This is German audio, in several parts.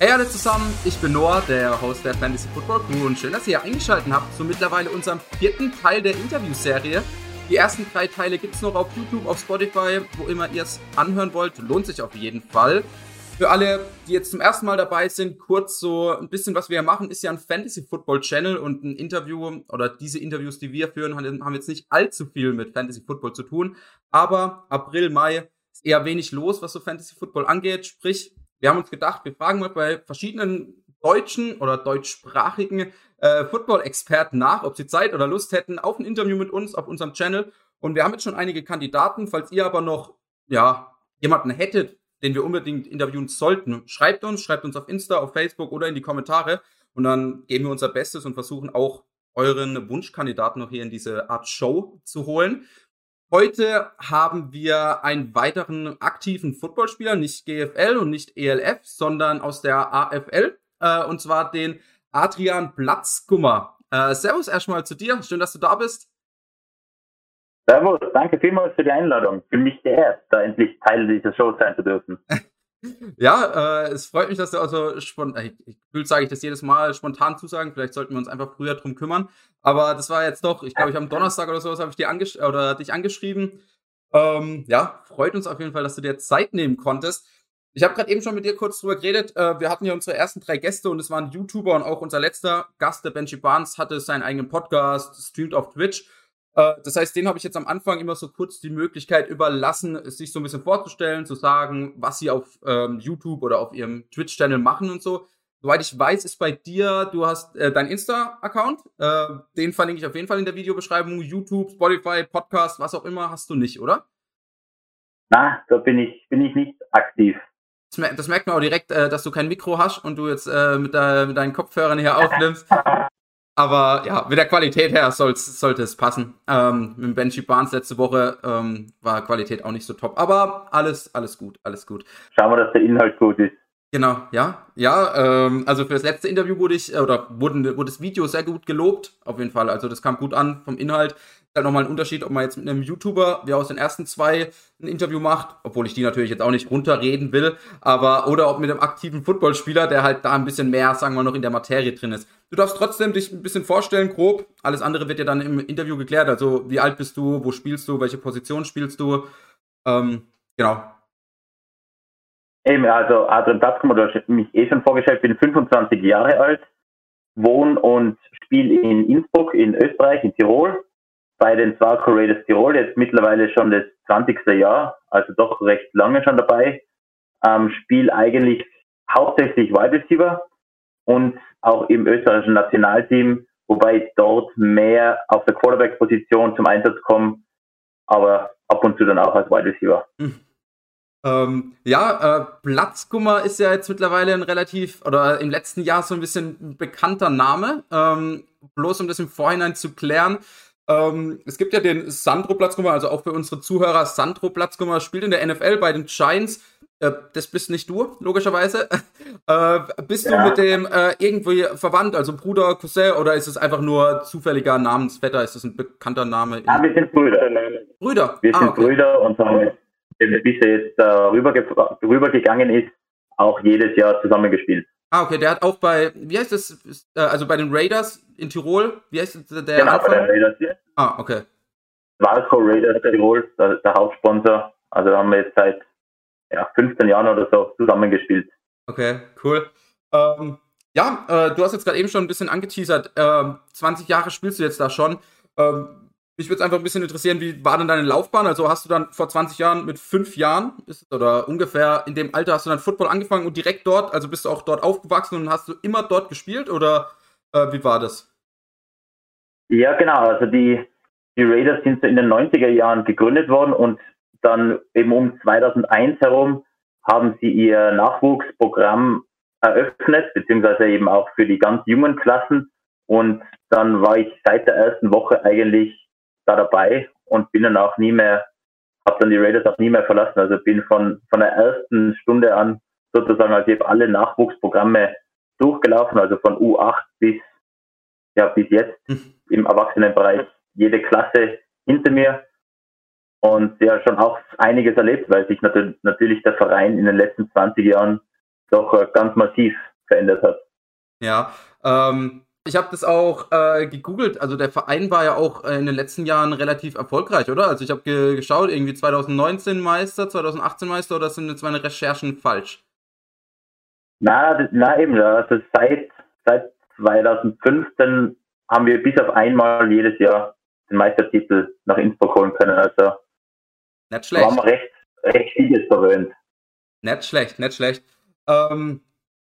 Hey alle zusammen, ich bin Noah, der Host der Fantasy Football Crew und schön, dass ihr hier eingeschaltet habt zu mittlerweile unserem 4. Teil der Interviewserie. Die ersten 3 Teile gibt es noch auf YouTube, auf Spotify, wo immer ihr es anhören wollt, lohnt sich auf jeden Fall. Für alle, die jetzt zum ersten Mal dabei sind, kurz so ein bisschen, was wir hier machen, ist ja ein Fantasy Football Channel und ein Interview oder diese Interviews, die wir führen, haben jetzt nicht allzu viel mit Fantasy Football zu tun, aber April, Mai ist eher wenig los, was so Fantasy Football angeht, sprich, wir haben uns gedacht, wir fragen mal bei verschiedenen deutschen oder deutschsprachigen Football-Experten nach, ob sie Zeit oder Lust hätten auf ein Interview mit uns auf unserem Channel. Und wir haben jetzt schon einige Kandidaten. Falls ihr aber noch jemanden hättet, den wir unbedingt interviewen sollten, schreibt uns auf Insta, auf Facebook oder in die Kommentare. Und dann geben wir unser Bestes und versuchen auch euren Wunschkandidaten noch hier in diese Art Show zu holen. Heute haben wir einen weiteren aktiven Footballspieler, nicht GFL und nicht ELF, sondern aus der AFL, und zwar den Adrian Platzkummer. Servus erstmal zu dir, schön, dass du da bist. Servus, danke vielmals für die Einladung. Für mich geehrt, da endlich Teil dieser Show sein zu dürfen. Ja, es freut mich, dass du also spontan, ich sage ich das jedes Mal, spontan zusagen, vielleicht sollten wir uns einfach früher drum kümmern, aber das war jetzt doch, ich glaube, ich am Donnerstag oder sowas habe ich dich angeschrieben. Freut uns auf jeden Fall, dass du dir Zeit nehmen konntest. Ich habe gerade eben schon mit dir kurz drüber geredet, wir hatten ja unsere ersten 3 Gäste und es waren YouTuber und auch unser letzter Gast, der Benji Barnes, hatte seinen eigenen Podcast, streamt auf Twitch. Das heißt, den habe ich jetzt am Anfang immer so kurz die Möglichkeit überlassen, sich so ein bisschen vorzustellen, zu sagen, was sie auf YouTube oder auf ihrem Twitch-Channel machen und so. Soweit ich weiß, ist bei dir, du hast dein Insta-Account, den verlinke ich auf jeden Fall in der Videobeschreibung, YouTube, Spotify, Podcast, was auch immer, hast du nicht, oder? Na, da bin ich nicht aktiv. Das merkt man auch direkt, dass du kein Mikro hast und du jetzt mit deinen Kopfhörern hier aufnimmst. Aber ja, mit der Qualität her sollte es passen. Mit Benji Barnes letzte Woche war Qualität auch nicht so top. Aber alles gut. Schauen wir, dass der Inhalt gut ist. Genau, ja. Also für das letzte Interview wurde das Video sehr gut gelobt, auf jeden Fall. Also das kam gut an vom Inhalt. Ist halt nochmal ein Unterschied, ob man jetzt mit einem YouTuber, wie aus den ersten 2, ein Interview macht, obwohl ich die natürlich jetzt auch nicht runterreden will, oder ob mit einem aktiven Footballspieler, der halt da ein bisschen mehr, sagen wir mal, noch in der Materie drin ist. Du darfst trotzdem dich ein bisschen vorstellen, grob. Alles andere wird ja dann im Interview geklärt. Also wie alt bist du, wo spielst du, welche Position spielst du? Genau. Eben, also Adrian Platzkummer, du hast mich schon vorgestellt, bin 25 Jahre alt, wohne und spiele in Innsbruck in Österreich, in Tirol, bei den Swarco Raiders Tirol, jetzt mittlerweile schon das 20. Jahr, also doch recht lange schon dabei. Spiele eigentlich hauptsächlich Wide Receiver und auch im österreichischen Nationalteam, wobei ich dort mehr auf der Quarterback-Position zum Einsatz komme, aber ab und zu dann auch als Wide Receiver. Platzkummer ist ja jetzt mittlerweile im letzten Jahr so ein bisschen ein bekannter Name. Bloß um das im Vorhinein zu klären. Es gibt ja den Sandro Platzkummer, also auch für unsere Zuhörer, Sandro Platzkummer spielt in der NFL bei den Giants. Das bist nicht du, logischerweise. Bist du mit dem irgendwie verwandt, also Bruder, Cousin, oder ist es einfach nur zufälliger Namensvetter? Ist das ein bekannter Name? Ja, wir sind Brüder. Wir sind Brüder und haben, bis er jetzt rübergegangen ist, auch jedes Jahr zusammengespielt. Okay, der hat auch bei, wie heißt das, also bei den Raiders in Tirol, wie heißt der? Genau, bei den Raiders hier. Okay. Swarco Raiders Tirol, der Hauptsponsor. Also da haben wir jetzt seit 15 Jahren oder so zusammengespielt. Okay, cool. Du hast jetzt gerade eben schon ein bisschen angeteasert. 20 Jahre spielst du jetzt da schon. Mich würde es einfach ein bisschen interessieren, wie war denn deine Laufbahn? Also hast du dann vor 20 Jahren mit 5 Jahren, oder ungefähr in dem Alter, hast du dann Football angefangen und direkt dort, also bist du auch dort aufgewachsen und hast du immer dort gespielt oder wie war das? Ja, genau. Also die Raiders sind so in den 90er Jahren gegründet worden und dann eben um 2001 herum haben sie ihr Nachwuchsprogramm eröffnet, beziehungsweise eben auch für die ganz jungen Klassen. Und dann war ich seit der ersten Woche eigentlich da dabei und bin dann auch habe dann die Raiders auch nie mehr verlassen. Also bin von der ersten Stunde an sozusagen, also ich habe alle Nachwuchsprogramme durchgelaufen, also von U8 bis jetzt im Erwachsenenbereich, jede Klasse hinter mir. Und ja, schon auch einiges erlebt, weil sich natürlich der Verein in den letzten 20 Jahren doch ganz massiv verändert hat. Ja, ich habe das auch gegoogelt. Also der Verein war ja auch in den letzten Jahren relativ erfolgreich, oder? Also ich habe geschaut, irgendwie 2019 Meister, 2018 Meister, oder sind jetzt meine Recherchen falsch? Na eben, also seit 2015 haben wir bis auf einmal jedes Jahr den Meistertitel nach Innsbruck holen können. Also Nicht waren wir schlecht. recht vieles verwöhnt. Nicht schlecht, nicht schlecht. Ähm,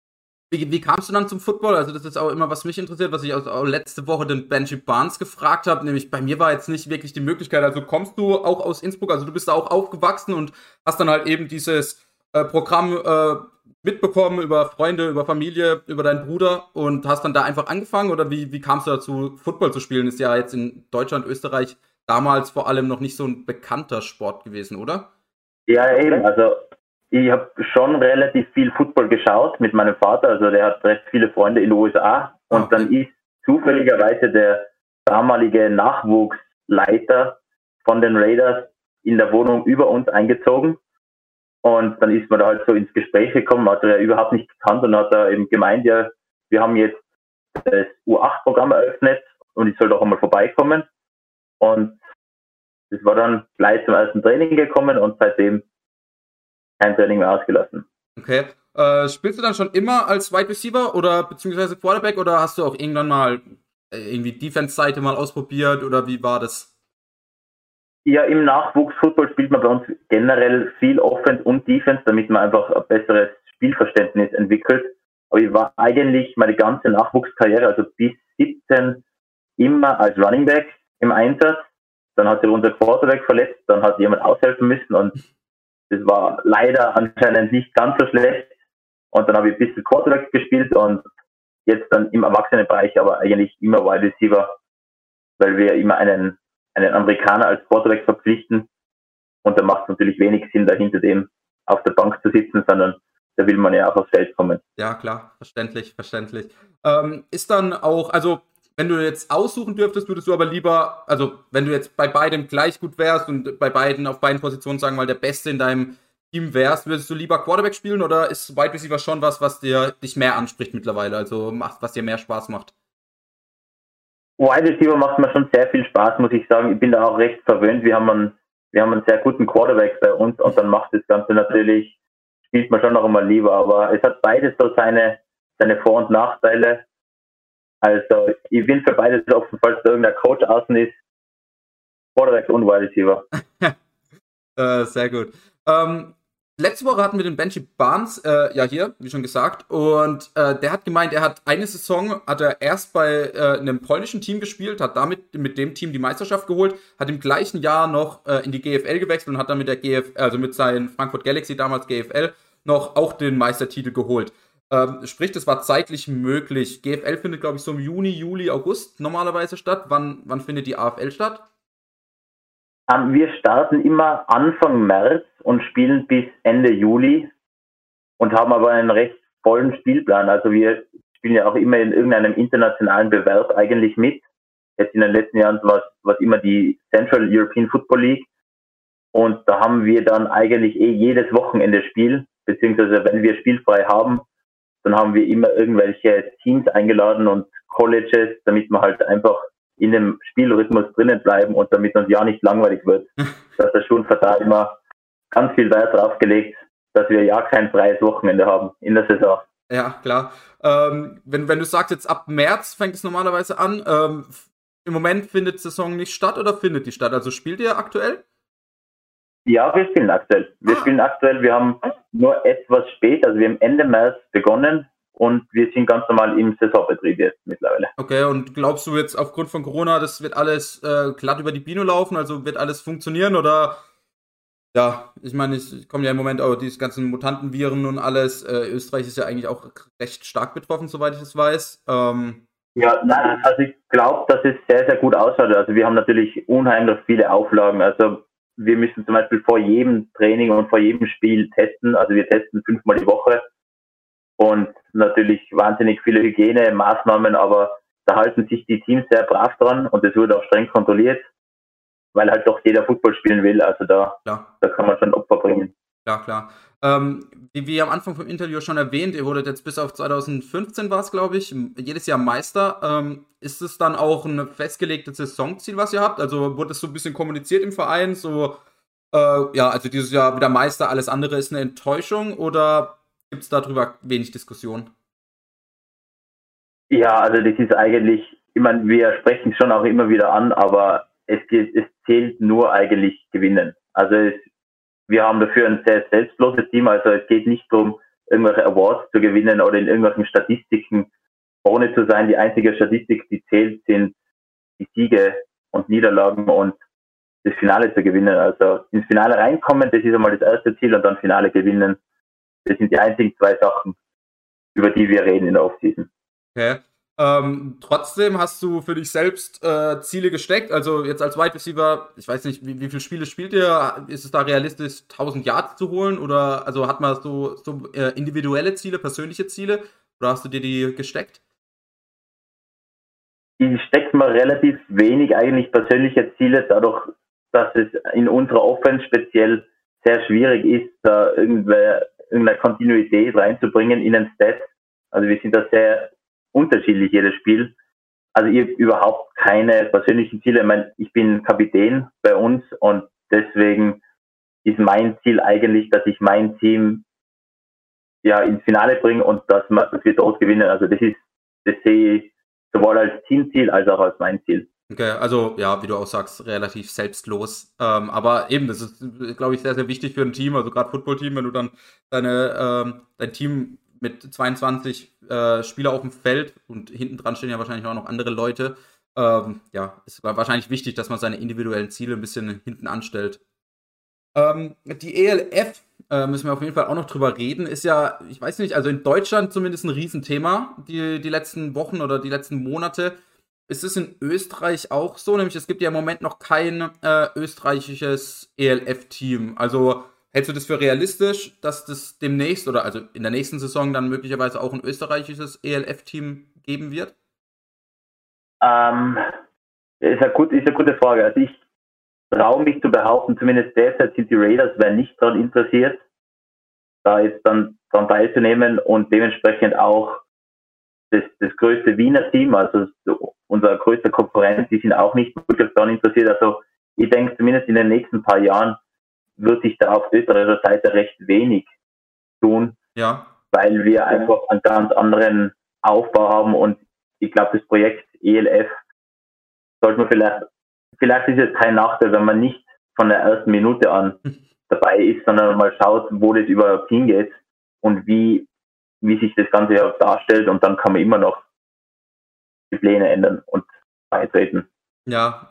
wie kamst du dann zum Football? Also das ist auch immer, was mich interessiert, was ich auch letzte Woche den Benji Barnes gefragt habe. Nämlich bei mir war jetzt nicht wirklich die Möglichkeit. Also kommst du auch aus Innsbruck? Also du bist da auch aufgewachsen und hast dann halt eben dieses Programm mitbekommen über Freunde, über Familie, über deinen Bruder und hast dann da einfach angefangen? Oder wie kamst du dazu, Football zu spielen? Ist ja jetzt in Deutschland, Österreich damals vor allem noch nicht so ein bekannter Sport gewesen, oder? Ja, eben, also ich habe schon relativ viel Football geschaut mit meinem Vater, also der hat recht viele Freunde in den USA Ah, und dann okay. ist zufälligerweise der damalige Nachwuchsleiter von den Raiders in der Wohnung über uns eingezogen und dann ist man da halt so ins Gespräch gekommen, hat er ja überhaupt nicht gekannt und hat da eben gemeint, ja, wir haben jetzt das U8-Programm eröffnet und ich soll doch einmal vorbeikommen und das war dann gleich zum ersten Training gekommen und seitdem kein Training mehr ausgelassen. Okay. Spielst du dann schon immer als Wide Receiver oder beziehungsweise Quarterback oder hast du auch irgendwann mal irgendwie Defense-Seite mal ausprobiert oder wie war das? Ja, im Nachwuchsfootball spielt man bei uns generell viel Offense und Defense, damit man einfach ein besseres Spielverständnis entwickelt. Aber ich war eigentlich meine ganze Nachwuchskarriere, also bis 17, immer als Running Back im Einsatz. Dann hat sich unser Quarterback verletzt, dann hat jemand aushelfen müssen und das war leider anscheinend nicht ganz so schlecht. Und dann habe ich ein bisschen Quarterback gespielt und jetzt dann im Erwachsenenbereich, aber eigentlich immer Wide Receiver, weil wir immer einen Amerikaner als Quarterback verpflichten. Und da macht es natürlich wenig Sinn, da hinter dem auf der Bank zu sitzen, sondern da will man ja auch aufs Feld kommen. Ja, klar, verständlich, verständlich. Ist dann auch, also wenn du jetzt aussuchen dürftest, würdest du aber lieber, also wenn du jetzt bei beidem gleich gut wärst und bei beiden auf beiden Positionen, sagen wir mal, der Beste in deinem Team wärst, würdest du lieber Quarterback spielen oder ist Wide Receiver schon was dich mehr anspricht mittlerweile, also macht, was dir mehr Spaß macht? Wide Receiver macht mir schon sehr viel Spaß, muss ich sagen. Ich bin da auch recht verwöhnt. Wir haben einen sehr guten Quarterback bei uns und dann macht das Ganze natürlich, spielt man schon noch einmal lieber. Aber es hat beides so seine Vor- und Nachteile. Also ich bin für beides offen, falls da irgendein Coach außen ist, Quarterback und Wide Receiver. Sehr gut. Letzte Woche hatten wir den Benji Barnes, ja hier, wie schon gesagt, und der hat gemeint, er hat eine Saison, hat er erst bei einem polnischen Team gespielt, hat damit mit dem Team die Meisterschaft geholt, hat im gleichen Jahr noch in die GFL gewechselt und hat dann mit der GFL, also mit seinen Frankfurt Galaxy, damals GFL, noch auch den Meistertitel geholt. Sprich, das war zeitlich möglich. GFL findet, glaube ich, so im Juni, Juli, August normalerweise statt. Wann findet die AFL statt? Wir starten immer Anfang März und spielen bis Ende Juli und haben aber einen recht vollen Spielplan. Also wir spielen ja auch immer in irgendeinem internationalen Bewerb eigentlich mit. Jetzt in den letzten Jahren war es immer die Central European Football League. Und da haben wir dann eigentlich jedes Wochenende Spiel, beziehungsweise wenn wir spielfrei haben, dann haben wir immer irgendwelche Teams eingeladen und Colleges, damit wir halt einfach in dem Spielrhythmus drinnen bleiben und damit uns ja nicht langweilig wird. Dass der Schulverband da immer ganz viel Wert drauf gelegt, dass wir ja kein freies Wochenende haben in der Saison. Ja, klar. Wenn du sagst, jetzt ab März fängt es normalerweise an, im Moment findet die Saison nicht statt oder findet die statt? Also spielt ihr aktuell? Ja, wir spielen aktuell. Wir haben nur etwas spät, also wir haben Ende März begonnen und wir sind ganz normal im Saisonbetrieb jetzt mittlerweile. Okay, und glaubst du jetzt aufgrund von Corona, das wird alles glatt über die Biene laufen, also wird alles funktionieren oder ja, ich meine, es kommen ja im Moment auch diese ganzen Mutantenviren und alles. Österreich ist ja eigentlich auch recht stark betroffen, soweit ich das weiß. Ja, nein, also ich glaube, dass es sehr, sehr gut ausschaut. Also wir haben natürlich unheimlich viele Auflagen. Also wir müssen zum Beispiel vor jedem Training und vor jedem Spiel testen. Also wir testen 5-mal die Woche und natürlich wahnsinnig viele Hygienemaßnahmen, aber da halten sich die Teams sehr brav dran und es wird auch streng kontrolliert, weil halt doch jeder Football spielen will. Also Ja. da kann man schon Opfer bringen. Klar, klar. Wie am Anfang vom Interview schon erwähnt, ihr wurdet jetzt bis auf 2015 war es, glaube ich, jedes Jahr Meister. Ist es dann auch ein festgelegtes Saisonziel, was ihr habt? Also wurde es so ein bisschen kommuniziert im Verein, so, ja, also dieses Jahr wieder Meister, alles andere ist eine Enttäuschung oder gibt es darüber wenig Diskussion? Ja, also das ist eigentlich, ich meine, wir sprechen es schon auch immer wieder an, aber es zählt nur eigentlich gewinnen. Also wir haben dafür ein sehr selbstloses Team, also es geht nicht darum, irgendwelche Awards zu gewinnen oder in irgendwelchen Statistiken vorne zu sein. Die einzige Statistik, die zählt, sind die Siege und Niederlagen und das Finale zu gewinnen. Also ins Finale reinkommen, das ist einmal das erste Ziel und dann Finale gewinnen. Das sind die einzigen zwei Sachen, über die wir reden in der Offseason. Okay. Trotzdem hast du für dich selbst Ziele gesteckt. Also jetzt als Wide Receiver, ich weiß nicht, wie viele Spiele spielt ihr? Ist es da realistisch, 1000 Yards zu holen? Oder also hat man so individuelle Ziele, persönliche Ziele? Oder hast du dir die gesteckt? Ich stecke mal relativ wenig eigentlich persönliche Ziele, dadurch, dass es in unserer Offense speziell sehr schwierig ist, da irgendeine Kontinuität reinzubringen in den Stats. Also wir sind da sehr unterschiedlich, jedes Spiel. Also ich habe überhaupt keine persönlichen Ziele. Ich meine, ich bin Kapitän bei uns und deswegen ist mein Ziel eigentlich, dass ich mein Team ja ins Finale bringe und dass wir dort gewinnen. Also das sehe ich sowohl als Teamziel als auch als mein Ziel. Okay, also ja, wie du auch sagst, relativ selbstlos. Aber eben, das ist, glaube ich, sehr, sehr wichtig für ein Team, also gerade Footballteam, wenn du dann dein Team mit 22 Spieler auf dem Feld und hinten dran stehen ja wahrscheinlich auch noch andere Leute. Ja, ist wahrscheinlich wichtig, dass man seine individuellen Ziele ein bisschen hinten anstellt. Die ELF, müssen wir auf jeden Fall auch noch drüber reden, ist ja, ich weiß nicht, also in Deutschland zumindest ein Riesenthema, die letzten Wochen oder die letzten Monate. Ist es in Österreich auch so? Nämlich es gibt ja im Moment noch kein österreichisches ELF-Team. Also hältst du das für realistisch, dass das demnächst oder also in der nächsten Saison dann möglicherweise auch ein österreichisches ELF-Team geben wird? Ähm, ist eine gute Frage. Also ich traue mich zu behaupten, zumindest derzeit sind die Raiders wären nicht daran interessiert, da jetzt dann dran teilzunehmen und dementsprechend auch das größte Wiener Team, also unser größter Konkurrent, die sind auch nicht wirklich daran interessiert. Also ich denke, zumindest in den nächsten paar Jahren wird sich da auf österreichischer Seite recht wenig tun, Ja. weil wir einfach einen ganz anderen Aufbau haben und ich glaube, das Projekt ELF sollte man vielleicht ist es kein Nachteil, wenn man nicht von der ersten Minute an dabei ist, sondern mal schaut, wo das überhaupt hingeht und wie sich das Ganze ja darstellt und dann kann man immer noch die Pläne ändern und beitreten. Ja,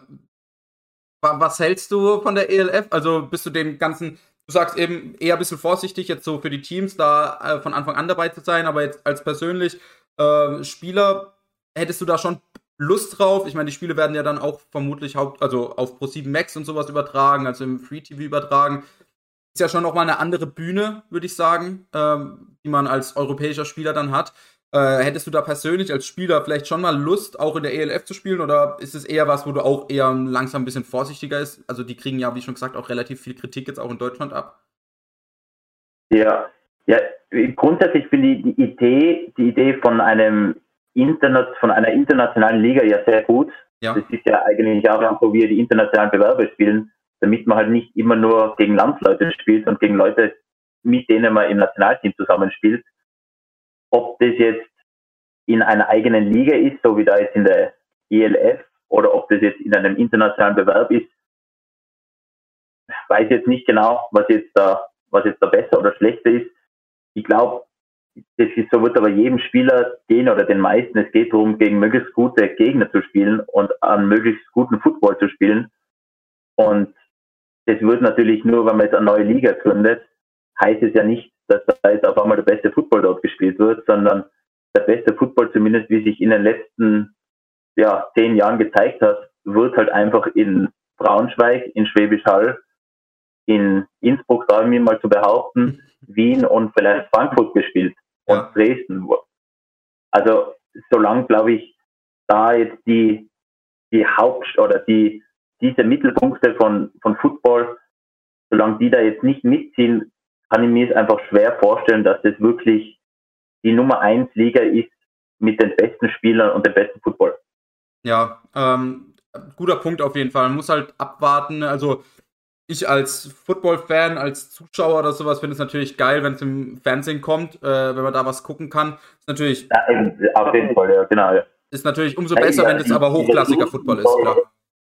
was hältst du von der ELF? Also bist du dem Ganzen, du sagst eben eher ein bisschen vorsichtig jetzt so für die Teams da von Anfang an dabei zu sein, aber jetzt als persönlich Spieler hättest du da schon Lust drauf? Ich meine, die Spiele werden ja dann auch vermutlich also auf Pro7 Max und sowas übertragen, also im Free TV übertragen. Ist ja schon nochmal eine andere Bühne, würde ich sagen, die man als europäischer Spieler dann hat. Hättest du da persönlich als Spieler vielleicht schon mal Lust, auch in der ELF zu spielen? Oder ist es eher was, wo du auch eher langsam ein bisschen vorsichtiger ist? Also die kriegen ja, wie schon gesagt, auch relativ viel Kritik jetzt auch in Deutschland ab. Ja, ja, grundsätzlich finde ich die Idee von von einer internationalen Liga ja sehr gut. Ja. Das ist ja eigentlich auch, wo wir die internationalen Bewerber spielen, damit man halt nicht immer nur gegen Landsleute spielt und gegen Leute, mit denen man im Nationalteam zusammenspielt. Ob das jetzt in einer eigenen Liga ist, so wie da jetzt in der ELF, oder ob das jetzt in einem internationalen Bewerb ist, weiß jetzt nicht genau, was jetzt da besser oder schlechter ist. Ich glaube, so wird aber jedem Spieler gehen oder den meisten. Es geht darum, gegen möglichst gute Gegner zu spielen und an möglichst guten Football zu spielen. Und das wird natürlich nur, wenn man jetzt eine neue Liga gründet, heißt es ja nicht, dass da jetzt auf einmal der beste Football dort gespielt wird, sondern der beste Football, zumindest wie sich in den letzten 10 Jahren gezeigt hat, wird halt einfach in Braunschweig, in Schwäbisch Hall, in Innsbruck, traue ich mir mal zu behaupten, Wien und vielleicht Frankfurt gespielt und Dresden. Also solange, glaube ich, da jetzt die diese Mittelpunkte von Football solange die da jetzt nicht mitziehen, kann ich mir es einfach schwer vorstellen, dass das wirklich die Nummer 1 Liga ist mit den besten Spielern und dem besten Football. Ja, guter Punkt auf jeden Fall. Man muss halt abwarten. Also ich als Football-Fan, als Zuschauer oder sowas finde es natürlich geil, wenn es im Fernsehen kommt, wenn man da was gucken kann. Ist natürlich, Ja, auf jeden Fall, ja, genau. Ja. Ist natürlich umso besser, wenn das aber hochklassiger Football ist, klar.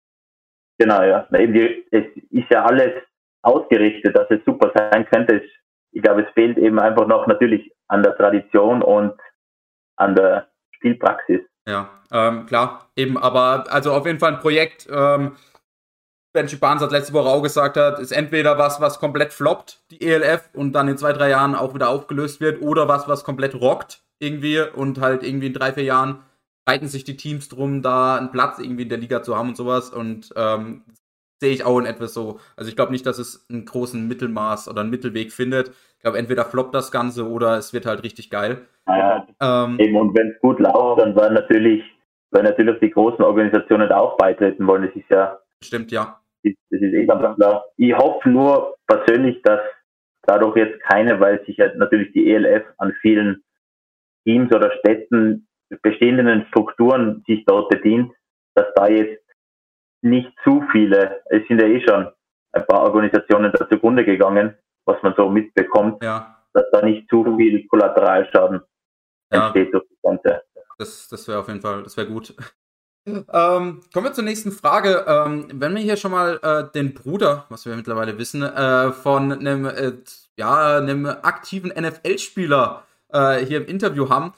Genau, ja. Es ist ja alles ausgerichtet, dass es super sein könnte. Ich glaube, es fehlt eben einfach noch natürlich an der Tradition und an der Spielpraxis. Ja, klar, eben, aber also auf jeden Fall ein Projekt, Benji Barnes hat letzte Woche auch gesagt hat, ist entweder was komplett floppt, die ELF, und dann in 2-3 Jahren auch wieder aufgelöst wird, oder was komplett rockt irgendwie und halt irgendwie in 3-4 Jahren streiten sich die Teams drum, da einen Platz irgendwie in der Liga zu haben und sowas, und sehe ich auch in etwas so. Also ich glaube nicht, dass es einen großen Mittelmaß oder einen Mittelweg findet. Ich glaube, entweder floppt das Ganze oder es wird halt richtig geil. Ja, eben, und wenn es gut läuft, dann werden natürlich die großen Organisationen da auch beitreten wollen. Das ist ja... Stimmt, ja. Das ist eh ganz klar. Ich hoffe nur persönlich, dass dadurch jetzt keine, weil sich ja natürlich die ELF an vielen Teams oder Städten bestehenden Strukturen sich dort bedient, dass da jetzt nicht zu viele, es sind ja eh schon ein paar Organisationen da zugrunde gegangen, was man so mitbekommt, dass da nicht zu viel Kollateralschaden entsteht durch das Ganze. Das wäre auf jeden Fall, das wäre gut. Kommen wir zur nächsten Frage. Wenn wir hier schon mal den Bruder, was wir mittlerweile wissen, von einem aktiven NFL-Spieler hier im Interview haben,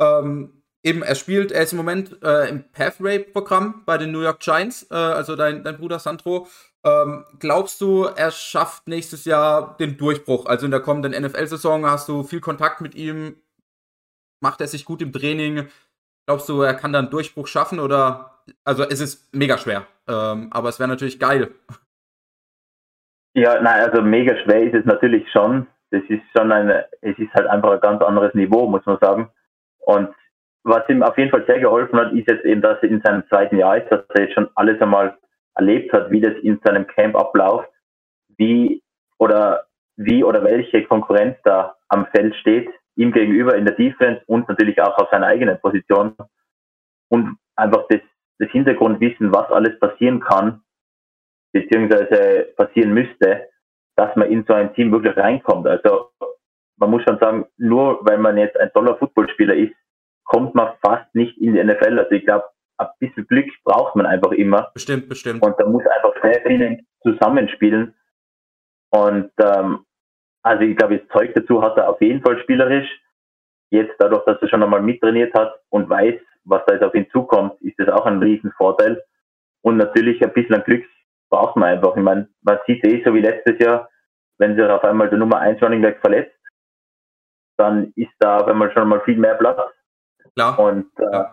eben, er ist im Moment im Pathway-Programm bei den New York Giants, also dein Bruder Sandro. Glaubst du, er schafft nächstes Jahr den Durchbruch? Also in der kommenden NFL-Saison hast du viel Kontakt mit ihm? Macht er sich gut im Training? Glaubst du, er kann da einen Durchbruch schaffen? Oder, also es ist mega schwer, aber es wäre natürlich geil. Ja, nein, also mega schwer ist es natürlich schon. Es ist halt einfach ein ganz anderes Niveau, muss man sagen. Und was ihm auf jeden Fall sehr geholfen hat, ist jetzt eben, dass er in seinem 2. Jahr ist, dass er jetzt schon alles einmal erlebt hat, wie das in seinem Camp abläuft, wie oder welche Konkurrenz da am Feld steht, ihm gegenüber in der Defense und natürlich auch auf seiner eigenen Position, und einfach das Hintergrundwissen, was alles passieren kann, beziehungsweise passieren müsste, dass man in so ein Team wirklich reinkommt. Also man muss schon sagen, nur weil man jetzt ein toller Footballspieler ist, kommt man fast nicht in die NFL. Also ich glaube, ein bisschen Glück braucht man einfach immer. Bestimmt. Und da muss einfach sehr viel zusammenspielen. Und also ich glaube, das Zeug dazu hat er auf jeden Fall spielerisch. Jetzt dadurch, dass er schon einmal mittrainiert hat und weiß, was da jetzt auf ihn zukommt, ist das auch ein Riesenvorteil. Und natürlich ein bisschen Glück braucht man einfach. Ich meine, man sieht so wie letztes Jahr, wenn sich auf einmal der Nummer 1 Running Back verletzt, dann ist da auf einmal schon mal viel mehr Platz. Klar. Und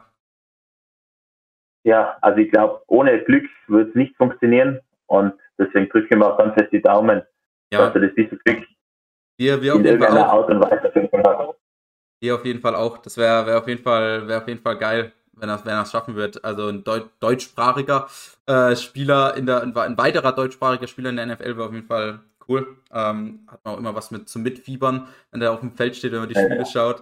also ich glaube, ohne Glück wird es nicht funktionieren, und deswegen drücken wir auch ganz fest die Daumen, dass er das bisschen Glück wir in irgendeiner Art und Weise hat. Wir auf jeden Fall auch. Das wäre auf jeden Fall geil, wenn er es schaffen wird. Also ein deutschsprachiger Spieler ein weiterer deutschsprachiger Spieler in der NFL wäre auf jeden Fall cool. Hat man auch immer was zum Mitfiebern, wenn der auf dem Feld steht, wenn man die Spiele schaut.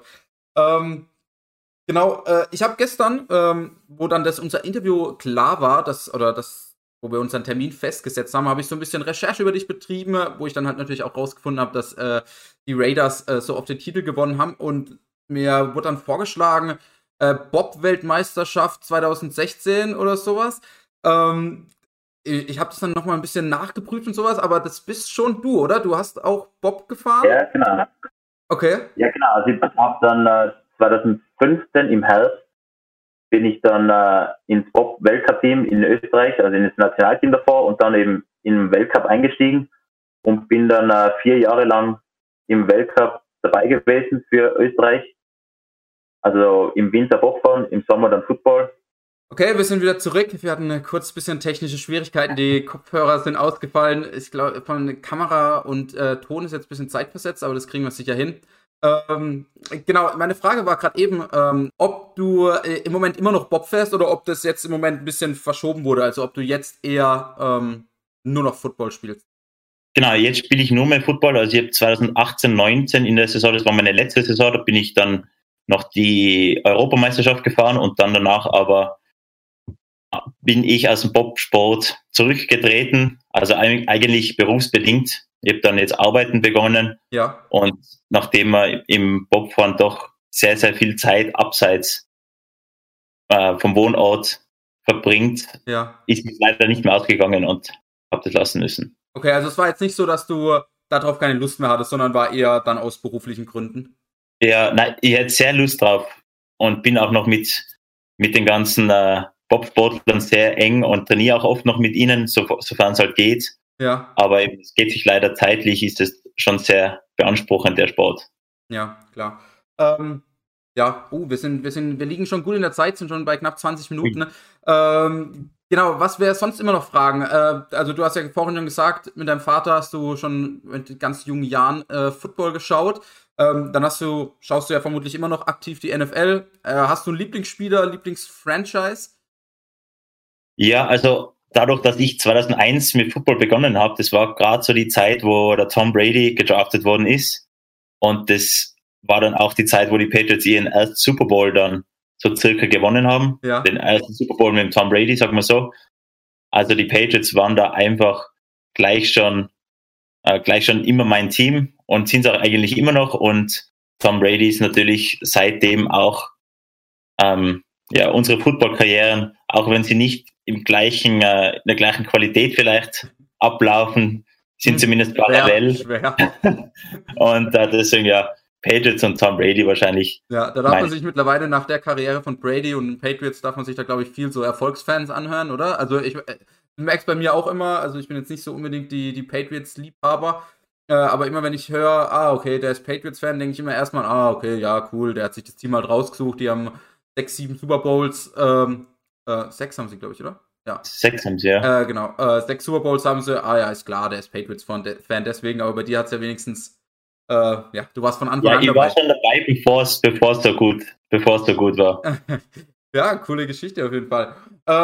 Genau, ich habe gestern, wo dann unser Interview klar war, wo wir unseren Termin festgesetzt haben, habe ich so ein bisschen Recherche über dich betrieben, wo ich dann halt natürlich auch rausgefunden habe, dass die Raiders so oft den Titel gewonnen haben, und mir wurde dann vorgeschlagen, Bob-Weltmeisterschaft 2016 oder sowas. Ich habe das dann nochmal ein bisschen nachgeprüft und sowas, aber das bist schon du, oder? Du hast auch Bob gefahren? Ja, genau. Okay. Ja, genau. Also ich habe dann 2015 im Herbst bin ich dann ins Bob-Weltcup-Team in Österreich, also in das Nationalteam davor, und dann eben im Weltcup eingestiegen und bin dann 4 Jahre lang im Weltcup dabei gewesen für Österreich. Also im Winter Bobfahren, im Sommer dann Football. Okay, wir sind wieder zurück. Wir hatten kurz ein bisschen technische Schwierigkeiten. Die Kopfhörer sind ausgefallen. Ich glaube, von Kamera und Ton ist jetzt ein bisschen zeitversetzt, aber das kriegen wir sicher hin. Genau, meine Frage war gerade eben, ob du im Moment immer noch Bob fährst oder ob das jetzt im Moment ein bisschen verschoben wurde. Also ob du jetzt eher nur noch Football spielst. Genau, jetzt spiele ich nur mehr Football. Also ich habe 2018, 19 in der Saison, das war meine letzte Saison, da bin ich dann noch die Europameisterschaft gefahren und dann danach aber bin ich aus dem Bobsport zurückgetreten, also eigentlich berufsbedingt. Ich habe dann jetzt arbeiten begonnen und nachdem man im Bobfahren doch sehr, sehr viel Zeit abseits vom Wohnort verbringt, ist es leider nicht mehr ausgegangen und habe das lassen müssen. Okay, also es war jetzt nicht so, dass du darauf keine Lust mehr hattest, sondern war eher dann aus beruflichen Gründen? Ja, nein, ich hätte sehr Lust drauf und bin auch noch mit den ganzen Bobsportlern sehr eng und trainiere auch oft noch mit ihnen, sofern es halt geht. Ja. Aber es geht sich leider zeitlich, ist es schon sehr beanspruchend, der Sport. Ja, klar. Wir liegen schon gut in der Zeit, sind schon bei knapp 20 Minuten. Genau, was wir sonst immer noch fragen? Also du hast ja vorhin schon gesagt, mit deinem Vater hast du schon mit ganz jungen Jahren Football geschaut. Dann schaust du ja vermutlich immer noch aktiv die NFL. Hast du einen Lieblingsspieler, Lieblingsfranchise? Ja, also dadurch, dass ich 2001 mit Football begonnen habe, das war gerade so die Zeit, wo der Tom Brady gedraftet worden ist. Und das war dann auch die Zeit, wo die Patriots ihren ersten Super Bowl dann so circa gewonnen haben. Ja. Den ersten Super Bowl mit dem Tom Brady, sagen wir so. Also die Patriots waren da einfach gleich schon immer mein Team und sind es auch eigentlich immer noch. Und Tom Brady ist natürlich seitdem auch unsere Football-Karrieren, auch wenn sie nicht in der gleichen Qualität vielleicht ablaufen, sind zumindest parallel. Schwer. Und deswegen Patriots und Tom Brady wahrscheinlich. Ja, da darf man sich mittlerweile nach der Karriere von Brady und Patriots darf man sich da, glaube ich, viel so Erfolgsfans anhören, oder? Also ich merke es bei mir auch immer, also ich bin jetzt nicht so unbedingt die Patriots-Liebhaber, aber immer wenn ich höre, okay, der ist Patriots-Fan, denke ich immer erstmal, okay, ja, cool, der hat sich das Team halt rausgesucht, die haben 6, 7 Super Bowls, 6 haben sie, glaube ich, oder? Ja. 6 haben sie, ja. Genau, 6 Super Bowls haben sie, ist klar, der ist Patriots-Fan deswegen, aber bei dir hat es ja wenigstens du warst von Anfang an dabei. Ich war schon dabei, bevor es so gut war. Ja, coole Geschichte auf jeden Fall.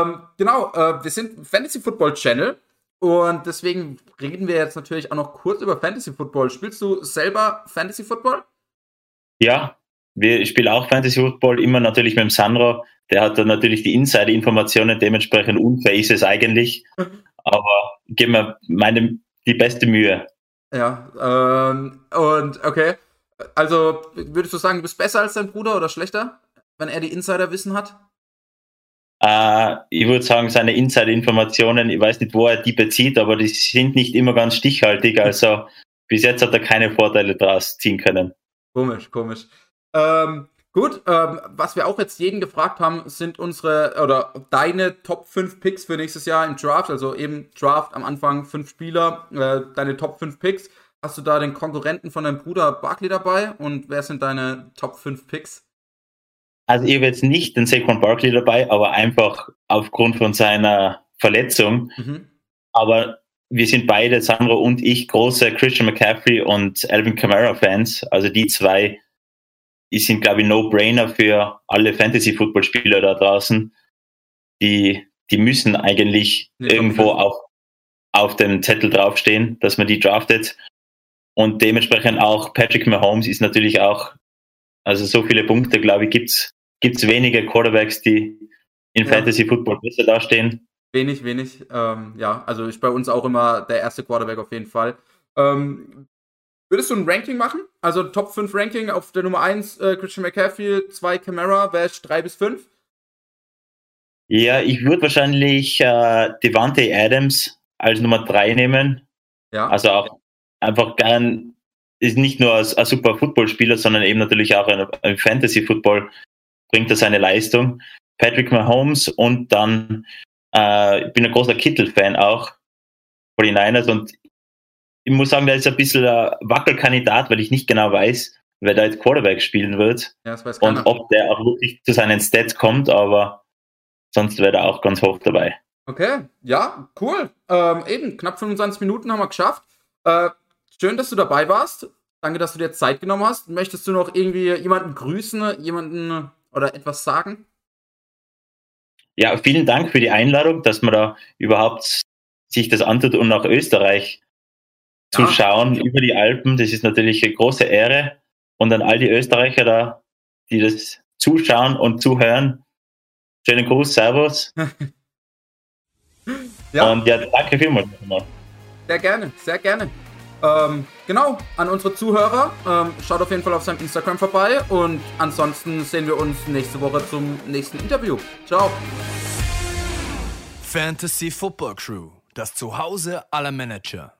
Wir sind Fantasy Football Channel und deswegen reden wir jetzt natürlich auch noch kurz über Fantasy Football. Spielst du selber Fantasy Football? Ja, ich spiele auch Fantasy Football, immer natürlich mit dem Sandro. Der hat dann natürlich die Insider-Informationen, dementsprechend unfair ist es eigentlich. Aber gebe mir die beste Mühe. Ja, und okay. Also, würdest du sagen, du bist besser als dein Bruder oder schlechter, wenn er die Insider-Wissen hat? Ich würde sagen, seine Insider-Informationen, ich weiß nicht, wo er die bezieht, aber die sind nicht immer ganz stichhaltig. Also, bis jetzt hat er keine Vorteile draus ziehen können. Komisch. Gut, was wir auch jetzt jeden gefragt haben, sind deine Top 5 Picks für nächstes Jahr im Draft, also eben Draft am Anfang 5 Spieler, deine Top 5 Picks. Hast du da den Konkurrenten von deinem Bruder Barkley dabei und wer sind deine Top 5 Picks? Also ich habe jetzt nicht den Saquon Barkley dabei, aber einfach aufgrund von seiner Verletzung. Aber wir sind beide, Sandro und ich, große Christian McCaffrey und Alvin Kamara Fans. Also die zwei sind, glaube ich, No-Brainer für alle Fantasy-Football-Spieler da draußen. Die müssen eigentlich irgendwo auf dem Zettel draufstehen, dass man die draftet. Und dementsprechend auch Patrick Mahomes ist natürlich auch, also so viele Punkte, glaube ich, gibt's wenige Quarterbacks, die in Fantasy-Football besser dastehen. Wenig. Also ist bei uns auch immer der erste Quarterback auf jeden Fall. Würdest du ein Ranking machen? Also Top 5 Ranking auf der Nummer 1 Christian McCaffrey, 2 Kamara, wer ist 3 bis 5? Ja, ich würde wahrscheinlich Devontae Adams als Nummer 3 nehmen. Ja. Also auch einfach ist nicht nur ein super Footballspieler, sondern eben natürlich auch ein Fantasy-Football bringt er seine Leistung. Patrick Mahomes und dann ich bin ein großer Kittle-Fan auch, 49ers, und ich muss sagen, der ist ein bisschen ein Wackelkandidat, weil ich nicht genau weiß, wer da jetzt Quarterback spielen wird. Ja, das weiß keiner. Und ob der auch wirklich zu seinen Stats kommt, aber sonst wäre er auch ganz hoch dabei. Okay, ja, cool. Eben, knapp 25 Minuten haben wir geschafft. Schön, dass du dabei warst. Danke, dass du dir Zeit genommen hast. Möchtest du noch irgendwie jemanden grüßen, oder etwas sagen? Ja, vielen Dank für die Einladung, dass man da überhaupt sich das antut und nach Österreich zu schauen über die Alpen. Das ist natürlich eine große Ehre. Und an all die Österreicher da, die das zuschauen und zuhören, schönen Gruß, Servus. Und danke vielmals. Sehr gerne, sehr gerne. Genau, an unsere Zuhörer, schaut auf jeden Fall auf seinem Instagram vorbei und ansonsten sehen wir uns nächste Woche zum nächsten Interview. Ciao. Fantasy Football Crew, das Zuhause aller Manager.